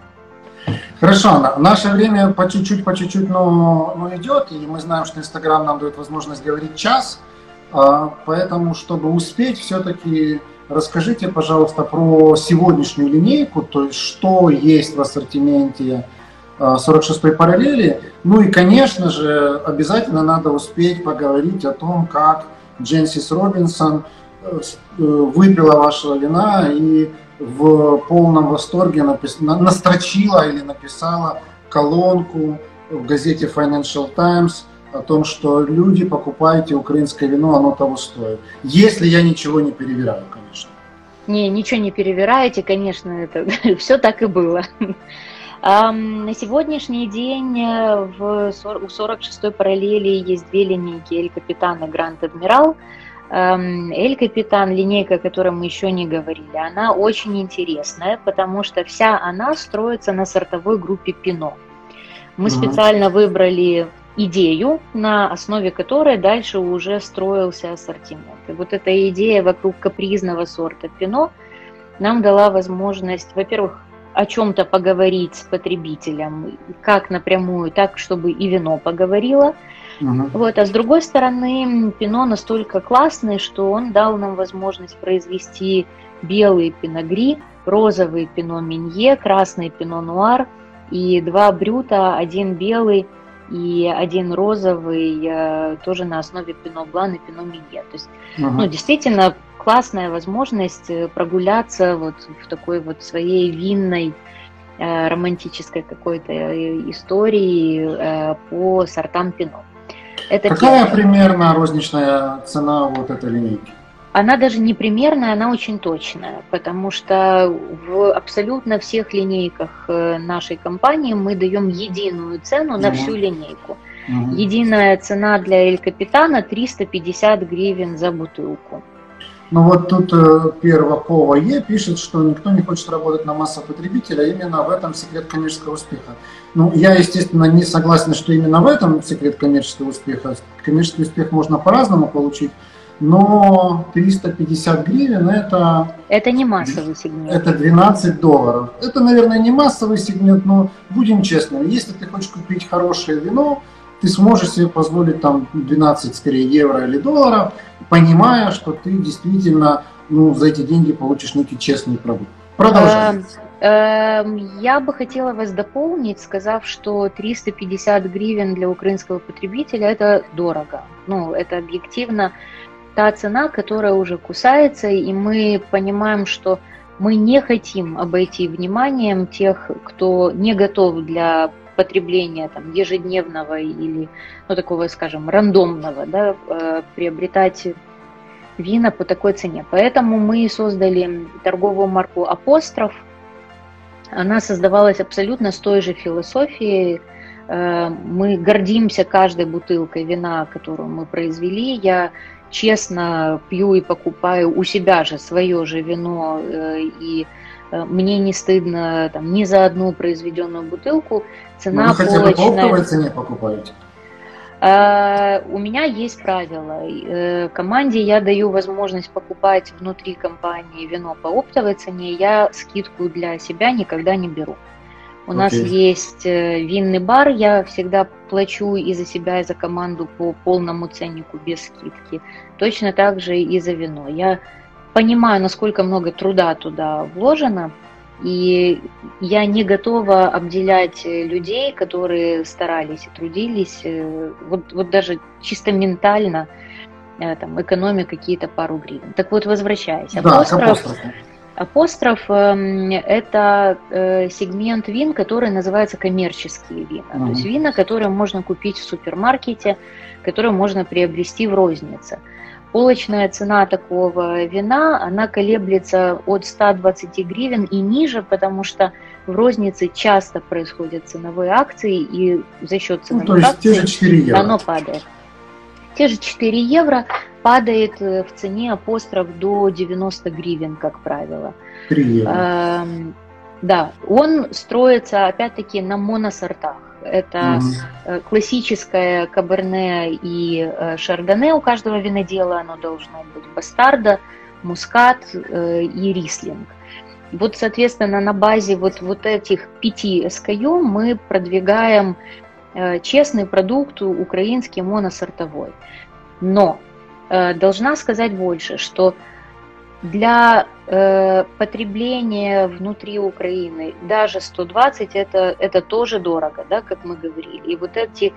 Хорошо, наше время по чуть-чуть, но идет, и мы знаем, что Инстаграм нам дает возможность говорить час, поэтому, чтобы успеть, все-таки расскажите, пожалуйста, про сегодняшнюю линейку, то есть что есть в ассортименте 46-й параллели, и, конечно же, обязательно надо успеть поговорить о том, как Дженсис Робинсон выпила вашего вина и в полном восторге настрочила или написала колонку в газете Financial Times о том, что люди, покупайте украинское вино, оно того стоит. Если я ничего не перевираю, конечно. Не, ничего не перевираете, конечно, это все так и было. На сегодняшний день у 46-й параллели есть 2 линейки Эль Капитан и Гранд Адмирал. Эль Капитан, линейка, о которой мы еще не говорили, она очень интересная, потому что вся она строится на сортовой группе Пино. Мы специально выбрали идею, на основе которой дальше уже строился ассортимент. И вот эта идея вокруг капризного сорта Пино нам дала возможность, во-первых, о чем-то поговорить с потребителем, как напрямую, так, чтобы и вино поговорило. Вот, а с другой стороны, Пино настолько классный, что он дал нам возможность произвести белый Пино Гри, розовый Пино Минье, красный Пино Нуар и 2 брюта, 1 белый и 1 розовый, тоже на основе Пино Блан и Пино Минье. То есть, действительно классная возможность прогуляться вот в такой вот своей винной романтической какой-то истории по сортам Пино. Это какая примерно розничная цена вот этой линейки? Она даже не примерная, она очень точная, потому что в абсолютно всех линейках нашей компании мы даем единую цену на всю линейку. Единая цена для Эль Капитана 350 гривен за бутылку. Вот тут Первакова Е пишет, что никто не хочет работать на массового потребителя, именно в этом секрет коммерческого успеха. Я, естественно, не согласен, что именно в этом секрет коммерческого успеха. Коммерческий успех можно по-разному получить, но 350 гривен это не массовый сегмент. Это $12. Это, наверное, не массовый сегмент, но будем честными, если ты хочешь купить хорошее вино, ты сможешь себе позволить там 12, скорее, евро или долларов, понимая, что ты действительно за эти деньги получишь некий честный продукт. Продолжаем. Я бы хотела вас дополнить, сказав, что 350 гривен для украинского потребителя – это дорого. Это объективно та цена, которая уже кусается, и мы понимаем, что мы не хотим обойти вниманием тех, кто не готов для потребления там, ежедневного или ну, такого, скажем, рандомного, да, приобретать вина по такой цене. Поэтому мы создали торговую марку «Апостроф». Она создавалась абсолютно с той же философией. Мы гордимся каждой бутылкой вина, которую мы произвели. Я честно пью и покупаю у себя же свое же вино, и мне не стыдно там, ни за одну произведенную бутылку. Цена вы хотя бы по полочная. оптовой цене покупаете? У меня есть правило. Команде я даю возможность покупать внутри компании вино по оптовой цене. Я скидку для себя никогда не беру. У нас есть винный бар, я всегда плачу и за себя, и за команду по полному ценнику без скидки. Точно так же и за вино. Я понимаю, насколько много труда туда вложено, и я не готова обделять людей, которые старались и трудились, вот даже чисто ментально, там, экономя какие-то пару гривен. Так вот, возвращаясь. Апостроф – это сегмент вин, который называется коммерческие вина. То есть вина, которые можно купить в супермаркете, которые можно приобрести в рознице. Полочная цена такого вина, она колеблется от 120 гривен и ниже, потому что в рознице часто происходят ценовые акции, и за счет ценовых акций оно падает. Те же 4 евро падает в цене апостроф до 90 гривен, как правило. 3 евро. Да, он строится опять-таки на моносортах. Это классическое каберне и шардоне у каждого винодела, оно должно быть бастарда, мускат и рислинг. Вот, соответственно, на базе вот этих 5 SKU мы продвигаем честный продукт украинский моносортовой. Но должна сказать больше, что для потребления внутри Украины даже 120 это тоже дорого, да, как мы говорили. И вот эти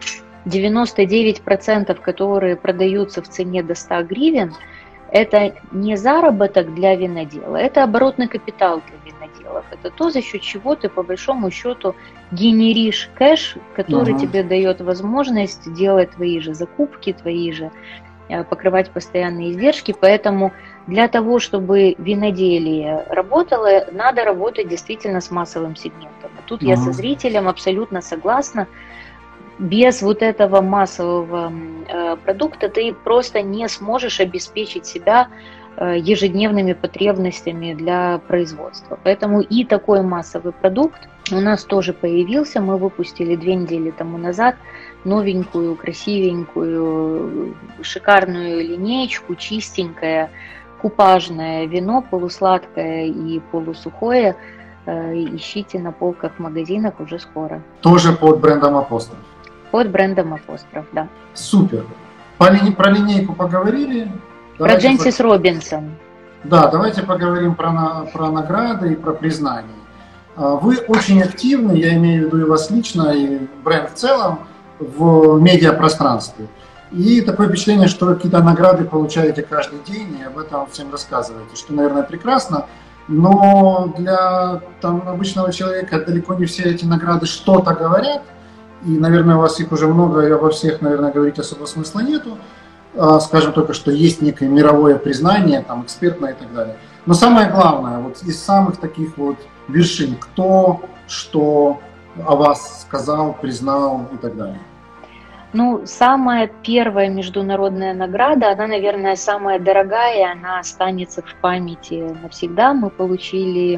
99%, которые продаются в цене до 100 гривен, это не заработок для винодела, это оборотный капитал для виноделов. Это то, за счет чего ты по большому счету генеришь кэш, который тебе дает возможность делать твои же закупки, твои же покрывать постоянные издержки. Поэтому для того, чтобы виноделие работало, надо работать действительно с массовым сегментом. Тут я со зрителем абсолютно согласна. Без вот этого массового продукта ты просто не сможешь обеспечить себя ежедневными потребностями для производства. Поэтому и такой массовый продукт у нас тоже появился. Мы выпустили 2 недели тому назад новенькую, красивенькую, шикарную линеечку, чистенькое, купажное вино, полусладкое и полусухое. Ищите на полках в магазинах уже скоро. Тоже под брендом «Апостроф». Под брендом «Апостроф», да. Супер. Про линейку поговорили. Про Дженсис Робинсон. Да, давайте поговорим про награды и про признание. Вы очень активны, я имею в виду и вас лично, и бренд в целом, в медиапространстве. И такое впечатление, что вы какие-то награды получаете каждый день, и об этом всем рассказываете, что, наверное, прекрасно. Но для обычного человека далеко не все эти награды что-то говорят. И, наверное, у вас их уже много, и обо всех, наверное, говорить особо смысла нету. Скажем только, что есть некое мировое признание, там, экспертное и так далее. Но самое главное, вот из самых таких вот вершин, кто что о вас сказал, признал и так далее. Ну, самая первая международная награда, она, наверное, самая дорогая, она останется в памяти навсегда. Мы получили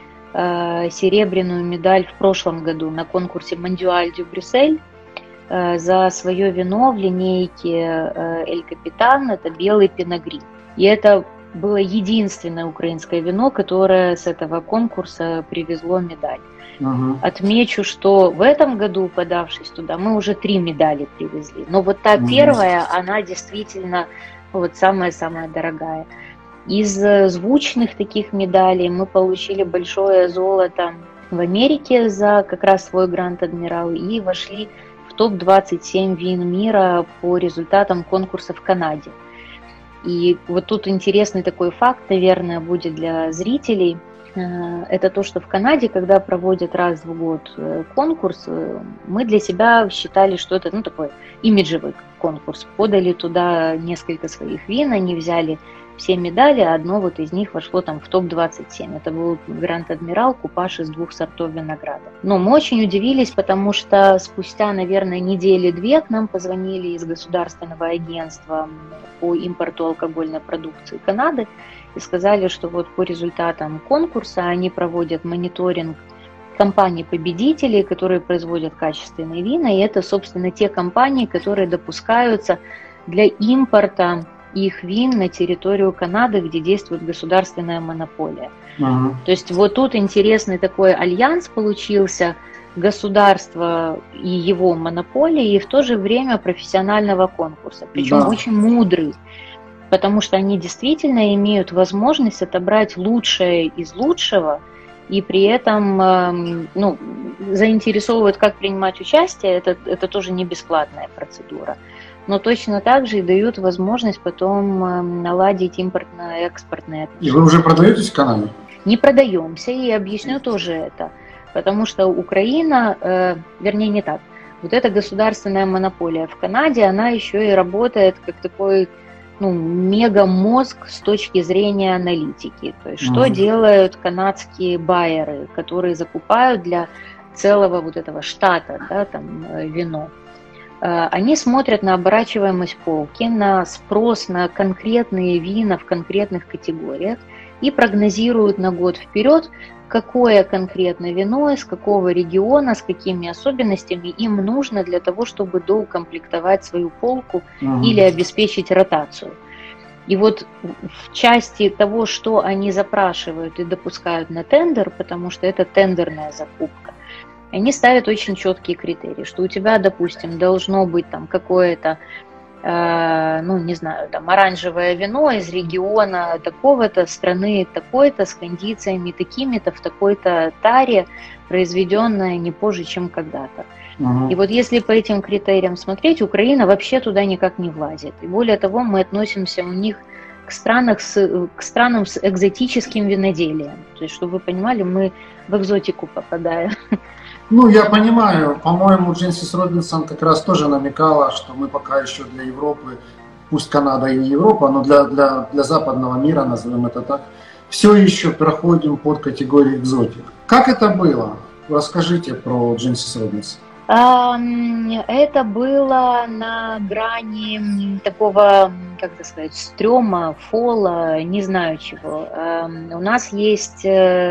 серебряную медаль в прошлом году на конкурсе «Мондюаль дю Брюссель» за свое вино в линейке «Эль Капитан», это белый пиногрид. И это было единственное украинское вино, которое с этого конкурса привезло медаль. Отмечу, что в этом году, подавшись туда, мы уже 3 медали привезли. Но вот та первая, она действительно вот самая-самая дорогая. Из звучных таких медалей мы получили большое золото в Америке за как раз свой Гранд Адмирал и вошли в топ-27 вин мира по результатам конкурса в Канаде. И вот тут интересный такой факт, наверное, будет для зрителей. это то, что в Канаде, когда проводят раз в год конкурс, мы для себя считали, что это такой имиджевый конкурс. Подали туда несколько своих вин, они взяли все медали, а одно вот из них вошло там в топ-27. Это был Гранд Адмирал, купаж из 2 сортов винограда. Но мы очень удивились, потому что спустя, наверное, недели-две к нам позвонили из государственного агентства по импорту алкогольной продукции Канады и сказали, что вот по результатам конкурса они проводят мониторинг компаний-победителей, которые производят качественные вина, и это, собственно, те компании, которые допускаются для импорта их вин на территорию Канады, где действует государственная монополия. То есть вот тут интересный такой альянс получился государства и его монополии, и в то же время профессионального конкурса, причем очень мудрый, потому что они действительно имеют возможность отобрать лучшее из лучшего, и при этом заинтересовывают, как принимать участие, это тоже не бесплатная процедура. Но точно так же и дают возможность потом наладить импортно-экспортные отношения. И вы уже продаетесь в Канаде? Не продаемся, и объясню тоже это. Потому что Украина, вернее не так, вот эта государственная монополия в Канаде, она еще и работает как такой мега-мозг с точки зрения аналитики. То есть что делают канадские байеры, которые закупают для целого вот этого штата, да, там, вино. Они смотрят на оборачиваемость полки, на спрос на конкретные вина в конкретных категориях и прогнозируют на год вперед, какое конкретно вино, из какого региона, с какими особенностями им нужно для того, чтобы доукомплектовать свою полку или обеспечить ротацию. И вот в части того, что они запрашивают и допускают на тендер, потому что это тендерная закупка, они ставят очень четкие критерии, что у тебя, допустим, должно быть там какое-то, оранжевое вино из региона такого-то, страны такой-то, с кондициями такими-то, в такой-то таре, произведенное не позже, чем когда-то. И вот если по этим критериям смотреть, Украина вообще туда никак не влазит. И более того, мы относимся у них к странам с экзотическим виноделием. То есть, чтобы вы понимали, мы в экзотику попадаем. Я понимаю, по-моему, Дженсис Робинсон как раз тоже намекала, что мы пока еще для Европы, пусть Канада и не Европа, но для западного мира, назовем это так, все еще проходим под категорией экзотик. Как это было? Расскажите про Дженсис Робинсон. Это было на грани такого, как это сказать, стрёма, фола, не знаю чего. У нас есть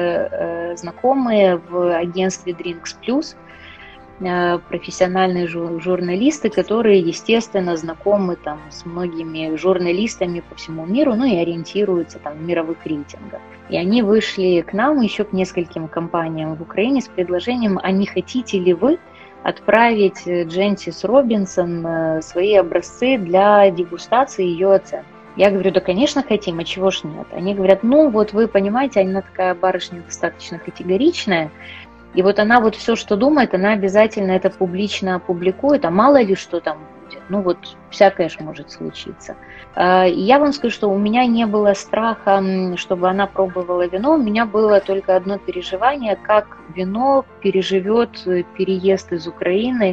знакомые в агентстве Drinks Plus, профессиональные журналисты, которые, естественно, знакомы там с многими журналистами по всему миру, и ориентируются там в мировых рейтингах. И они вышли к нам, еще к нескольким компаниям в Украине с предложением: а не хотите ли вы отправить Дженсис Робинсон свои образцы для дегустации ее оценок. Я говорю, да, конечно, хотим, а чего ж нет? Они говорят, вот вы понимаете, она такая барышня достаточно категоричная, и вот она вот все, что думает, она обязательно это публично опубликует, а мало ли что там будет, всякое ж может случиться. И я вам скажу, что у меня не было страха, чтобы она пробовала вино, у меня было только одно переживание, как вино переживет переезд из Украины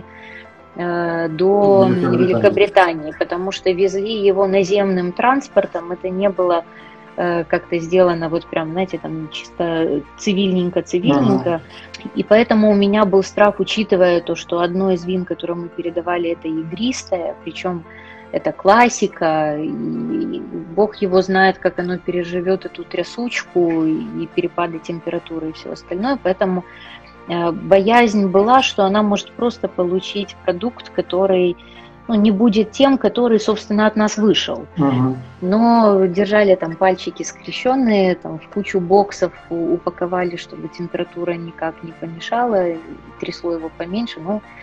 до Великобритании, потому что везли его наземным транспортом, это не было как-то сделано вот прям, знаете, там чисто цивильненько. И поэтому у меня был страх, учитывая то, что одно из вин, которое мы передавали, это игристое, причем это классика, и Бог его знает, как оно переживет эту трясучку и перепады температуры и все остальное, поэтому боязнь была, что она может просто получить продукт, который не будет тем, который, собственно, от нас вышел. Но держали там пальчики скрещенные, там в кучу боксов упаковали, чтобы температура никак не помешала, трясло его поменьше.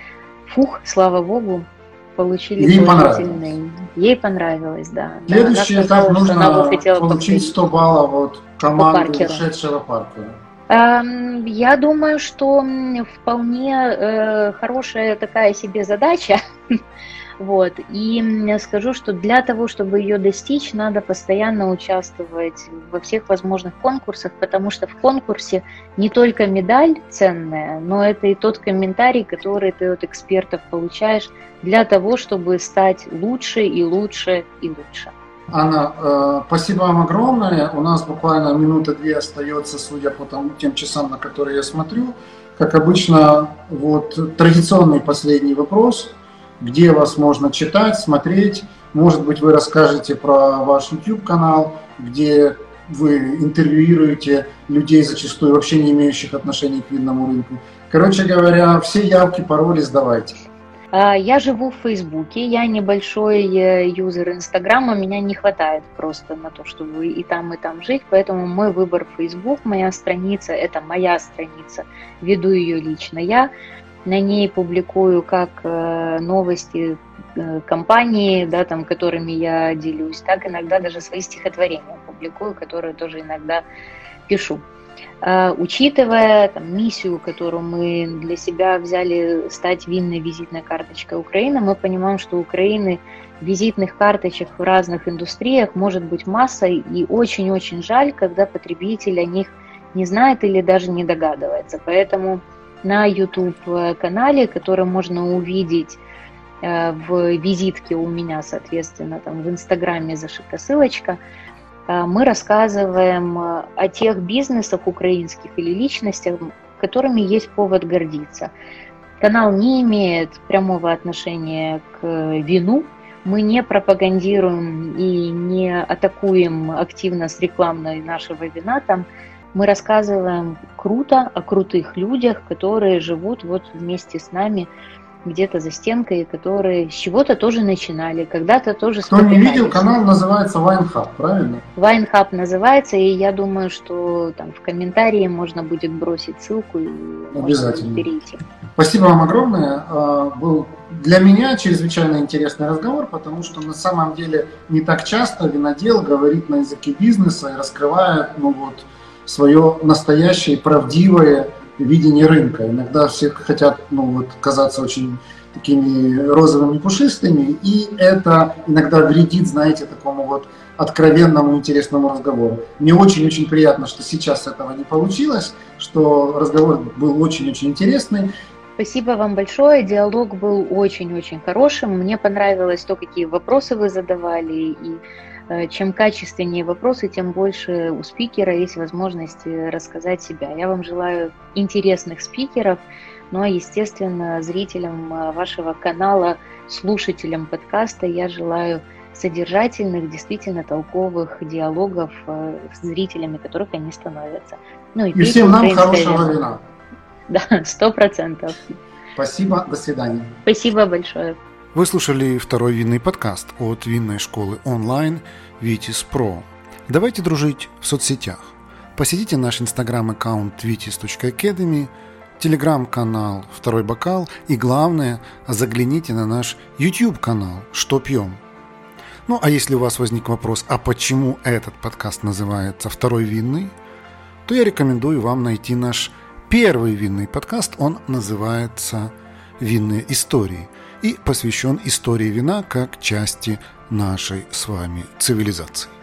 Слава богу, получили положительный. Ей понравилось, да. Следующий этап нужно получить 100 баллов от команды ушедшего Паркера. Я думаю, что вполне хорошая такая себе задача. Вот. И скажу, что для того, чтобы ее достичь, надо постоянно участвовать во всех возможных конкурсах, потому что в конкурсе не только медаль ценная, но это и тот комментарий, который ты от экспертов получаешь для того, чтобы стать лучше и лучше и лучше. Анна, спасибо вам огромное. У нас буквально минута 2 остается, судя по тем часам, на которые я смотрю. Как обычно, вот традиционный последний вопрос. Где вас можно читать, смотреть? Может быть, вы расскажете про ваш YouTube-канал, где вы интервьюируете людей, зачастую вообще не имеющих отношения к винному рынку. Короче говоря, все явки, пароли сдавайте. Я живу в Фейсбуке, я небольшой юзер Инстаграма, меня не хватает просто на то, чтобы и там жить, поэтому мой выбор Фейсбук, моя страница, это моя страница, веду ее лично я. На ней публикую как новости компании, да, там, которыми я делюсь, так иногда даже свои стихотворения публикую, которые тоже иногда пишу. Учитывая там, миссию, которую мы для себя взяли стать винной визитной карточкой Украины, мы понимаем, что у Украины визитных карточек в разных индустриях может быть масса, и очень-очень жаль, когда потребитель о них не знает или даже не догадывается. Поэтому на YouTube-канале, который можно увидеть в визитке у меня, соответственно, там в Инстаграме зашита ссылочка, мы рассказываем о тех бизнесах украинских или личностях, которыми есть повод гордиться. Канал не имеет прямого отношения к вину, мы не пропагандируем и не атакуем активно с рекламой нашего вина там. Мы рассказываем круто о крутых людях, которые живут вот вместе с нами где-то за стенкой, которые с чего-то тоже начинали, когда-то тоже Кто не видел, канал называется WineHub, правильно? WineHub называется, и я думаю, что там в комментарии можно будет бросить ссылку и обязательно перейти. Спасибо вам огромное. Был для меня чрезвычайно интересный разговор, потому что на самом деле не так часто винодел говорит на языке бизнеса и раскрывает свое настоящее, правдивое видение рынка. Иногда все хотят казаться очень такими розовыми, пушистыми, и это иногда вредит, знаете, такому откровенному, интересному разговору. Мне очень-очень приятно, что сейчас этого не получилось, что разговор был очень-очень интересный. Спасибо вам большое, диалог был очень-очень хорошим. Мне понравилось то, какие вопросы вы задавали, и чем качественнее вопросы, тем больше у спикера есть возможность рассказать себя. Я вам желаю интересных спикеров, ну а, естественно, зрителям вашего канала, слушателям подкаста я желаю содержательных, действительно толковых диалогов с зрителями, которых они становятся. Ну, и всем нам хорошего вина. Да, 100%. Спасибо, до свидания. Спасибо большое. Вы слушали второй винный подкаст от винной школы онлайн Vitis Pro. Давайте дружить в соцсетях. Посетите наш инстаграм-аккаунт vitis.academy, телеграм-канал «Второй бокал» и, главное, загляните на наш YouTube-канал «Что пьем?». Ну, а если у вас возник вопрос, а почему этот подкаст называется «Второй винный?», то я рекомендую вам найти наш первый винный подкаст. Он называется «Винные истории» и посвящен истории вина как части нашей с вами цивилизации.